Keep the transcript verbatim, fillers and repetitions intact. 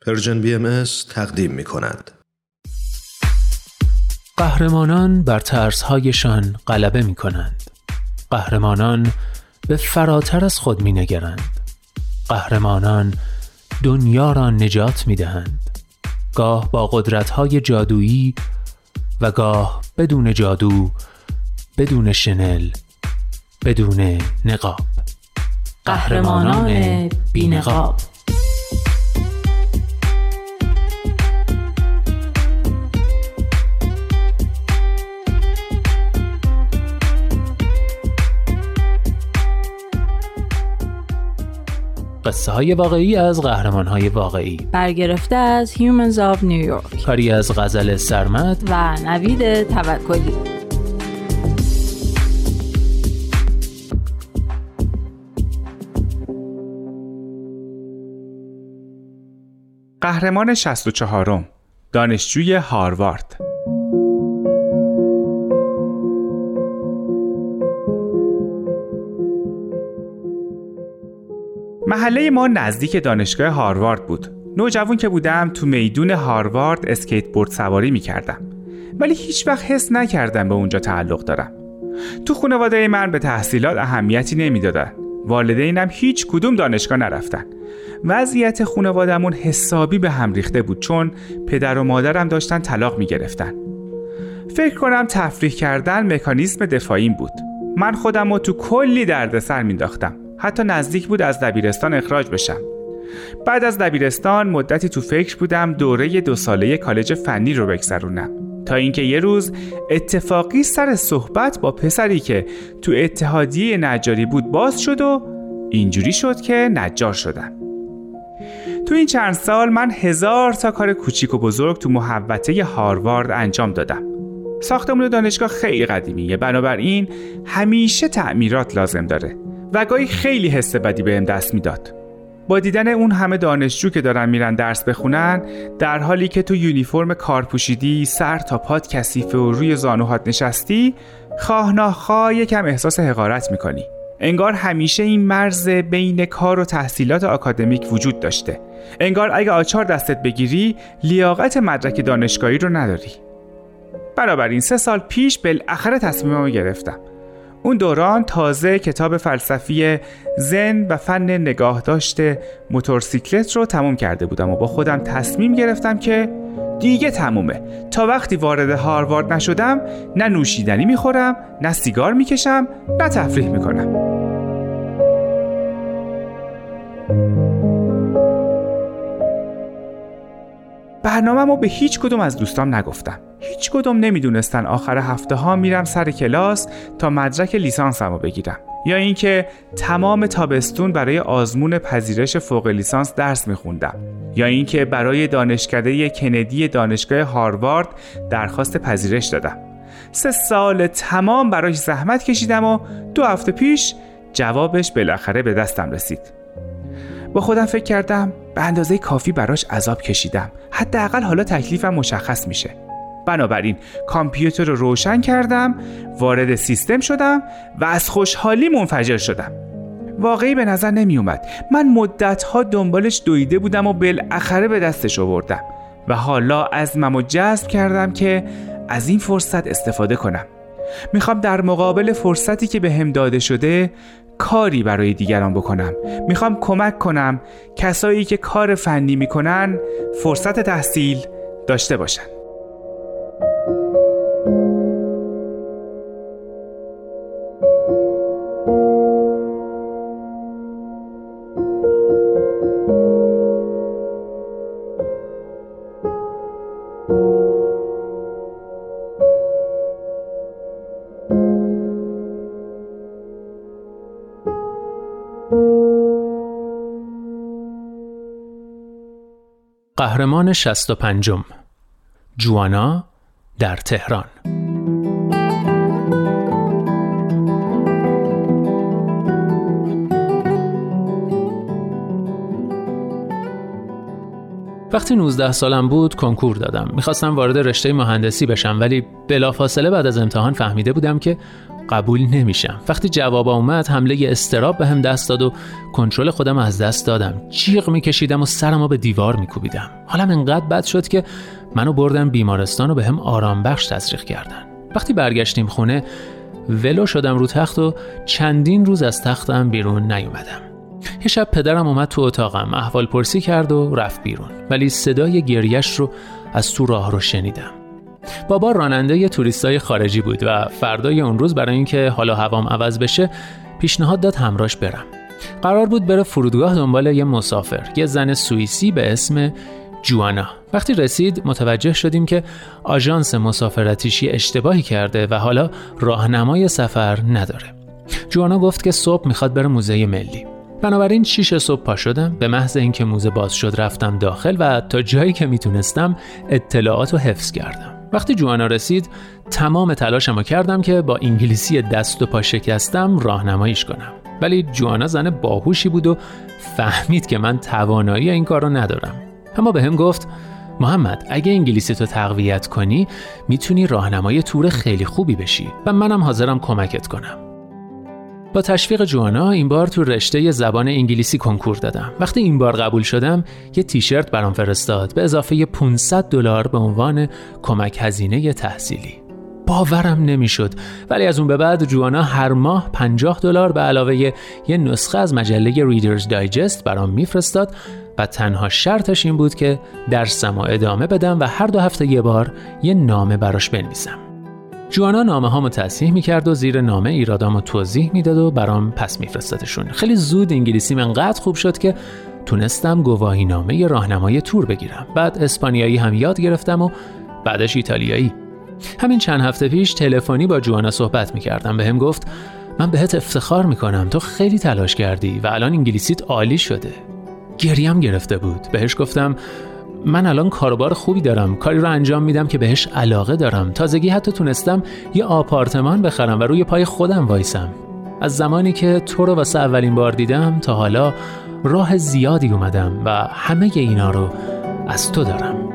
پرژن بی ام اس تقدیم می کند. قهرمانان بر ترس‌هایشان غلبه می کنند. قهرمانان به فراتر از خود می نگرند. قهرمانان دنیا را نجات می دهند. گاه با قدرت‌های جادویی و گاه بدون جادو، بدون شنل، بدون نقاب. قهرمانان بی نقاب. قصه های واقعی از قهرمان های واقعی، برگرفته از Humans of New York، کاری از غزل سرمد و نوید توکلی. قهرمان شصت و چهارم، دانشجوی هاروارد. محله ما نزدیک دانشگاه هاروارد بود. نوجوان که بودم تو میدون هاروارد اسکیت بورد سواری می‌کردم، ولی هیچ وقت حس نکردم به اونجا تعلق دارم. تو خانواده من به تحصیلات اهمیتی نمیدادن. والدینم هیچ کدوم دانشگاه نرفتن. وضعیت خانواده‌مون حسابی به هم ریخته بود، چون پدر و مادرم داشتن طلاق می‌گرفتن. فکر کنم تفریح کردن مکانیزم دفاعیم بود. من خودم رو تو کلی دردسر مینداختم. حتی نزدیک بود از دبیرستان اخراج بشم. بعد از دبیرستان مدتی تو فکر بودم دوره دو ساله کالج فنی رو بگذرونم، تا اینکه یه روز اتفاقی سر صحبت با پسری که تو اتحادیه نجاری بود باز شد و اینجوری شد که نجار شدم. تو این چند سال من هزار تا کار کوچیک و بزرگ تو محوطه هاروارد انجام دادم. ساختمون دانشگاه خیلی قدیمیه، بنابراین همیشه تعمیرات لازم داره و گاهی خیلی حس بدی بهم دست میداد. با دیدن اون همه دانشجو که دارن میرن درس بخونن، در حالی که تو یونیفرم کار پوشیدی، سر تا پات کثیفه و روی زانوهات نشستی، خواه ناخواه یکم احساس حقارت میکنی. انگار همیشه این مرز بین کار و تحصیلات آکادمیک وجود داشته. انگار اگه آچار دستت بگیری، لیاقت مدرک دانشگاهی رو نداری. بنابراین سه سال پیش بالاخره تصمیممو گرفتم. اون دوران تازه کتاب فلسفی زن و فن نگاه داشته موتورسیکلت رو تموم کرده بودم و با خودم تصمیم گرفتم که دیگه تمومه. تا وقتی وارد هاروارد نشدم، نه نوشیدنی میخورم، نه سیگار میکشم، نه تفریح میکنم. برنامه‌مو به هیچ کدوم از دوستام نگفتم. هیچ کدوم نمیدونستن آخر هفته ها میرم سر کلاس تا مدرک لیسانسمو بگیرم، یا اینکه تمام تابستون برای آزمون پذیرش فوق لیسانس درس میخوندم، یا اینکه برای دانشکده کندی دانشگاه هاروارد درخواست پذیرش دادم. سه سال تمام براش زحمت کشیدم و دو هفته پیش جوابش بالاخره به دستم رسید. با خودم فکر کردم به اندازه کافی براش عذاب کشیدم، حداقل حالا تکلیفم مشخص میشه. بنابراین کامپیوتر رو روشن کردم، وارد سیستم شدم و از خوشحالی منفجر شدم. واقعی به نظر نمی اومد. من مدت‌ها دنبالش دویده بودم و بالاخره به دستش آوردم و حالا عزممو جزم کردم که از این فرصت استفاده کنم. میخوام در مقابل فرصتی که بهم داده شده کاری برای دیگران بکنم. میخوام کمک کنم کسایی که کار فنی میکنن فرصت تحصیل داشته باشن. قهرمان شصت و پنجم، جوانا در تهران. وقتی نوزده سالم بود کنکور دادم. میخواستم وارد رشته مهندسی بشم، ولی بلافاصله بعد از امتحان فهمیده بودم که قبول نمیشم. وقتی جواب اومد حمله اضطراب بهم دست داد و کنترل خودم از دست دادم. جیغ میکشیدم و سرمو به دیوار میکوبیدم. حالم انقدر بد شد که منو بردن بیمارستان و بهم آرام بخش تزریق کردن. وقتی برگشتیم خونه ولو شدم رو تخت و چندین روز از تختم بیرون نیومدم. یه شب پدرم اومد تو اتاقم، احوال پرسی کرد و رفت بیرون، ولی صدای گریه‌اش رو از تو راه رو شنیدم. بابا راننده یه توریستای خارجی بود و فردای اون روز برای اینکه حالا هوام عوض بشه پیشنهاد داد همراهش برم. قرار بود بره فرودگاه دنبال یه مسافر، یه زن سوئیسی به اسم جوانا. وقتی رسید متوجه شدیم که آژانس مسافرتیش یه اشتباهی کرده و حالا راهنمای سفر نداره. جوانا گفت که صبح میخواد بره موزه ملی. بنابراین شیش صبح پا شدم، به محض اینکه موزه باز شد رفتم داخل و تا جایی که میتونستم اطلاعات رو حفظ کردم. وقتی جوانا رسید تمام تلاشمو کردم که با انگلیسی دست و پا شکستم راهنماییش کنم، ولی جوانا زن باهوشی بود و فهمید که من توانایی این کارو ندارم. اما بهم گفت محمد اگه انگلیسی تو تقویت کنی میتونی راهنمای تور خیلی خوبی بشی و منم حاضرم کمکت کنم. با تشویق جوانا این بار تو رشته زبان انگلیسی کنکور دادم. وقتی این بار قبول شدم یه تیشرت برام فرستاد به اضافه پانصد دلار به عنوان کمک هزینه تحصیلی. باورم نمیشد، ولی از اون به بعد جوانا هر ماه پنجاه دلار به علاوه یه نسخه از مجله ریدرز دایجست برام میفرستاد و تنها شرطش این بود که درسمو ادامه بدم و هر دو هفته یه بار یه نامه براش بنویسم. جوانا نامه هامو تصحیح میکرد و زیر نامه ایرادامو توضیح میداد و برام پس میفرستادشون. خیلی زود انگلیسیم انقدر خوب شد که تونستم گواهی نامه راهنمای تور بگیرم. بعد اسپانیایی هم یاد گرفتم و بعدش ایتالیایی. همین چند هفته پیش تلفنی با جوانا صحبت میکردم. بهم گفت من بهت افتخار میکنم، تو خیلی تلاش کردی و الان انگلیسیت عالی شده. گریم گرفته بود. بهش گفتم من الان کاروبار خوبی دارم، کاری رو انجام میدم که بهش علاقه دارم. تازگی حتی تونستم یه آپارتمان بخرم و روی پای خودم وایسم. از زمانی که تو رو واسه اولین بار دیدم تا حالا راه زیادی اومدم و همه اینا رو از تو دارم.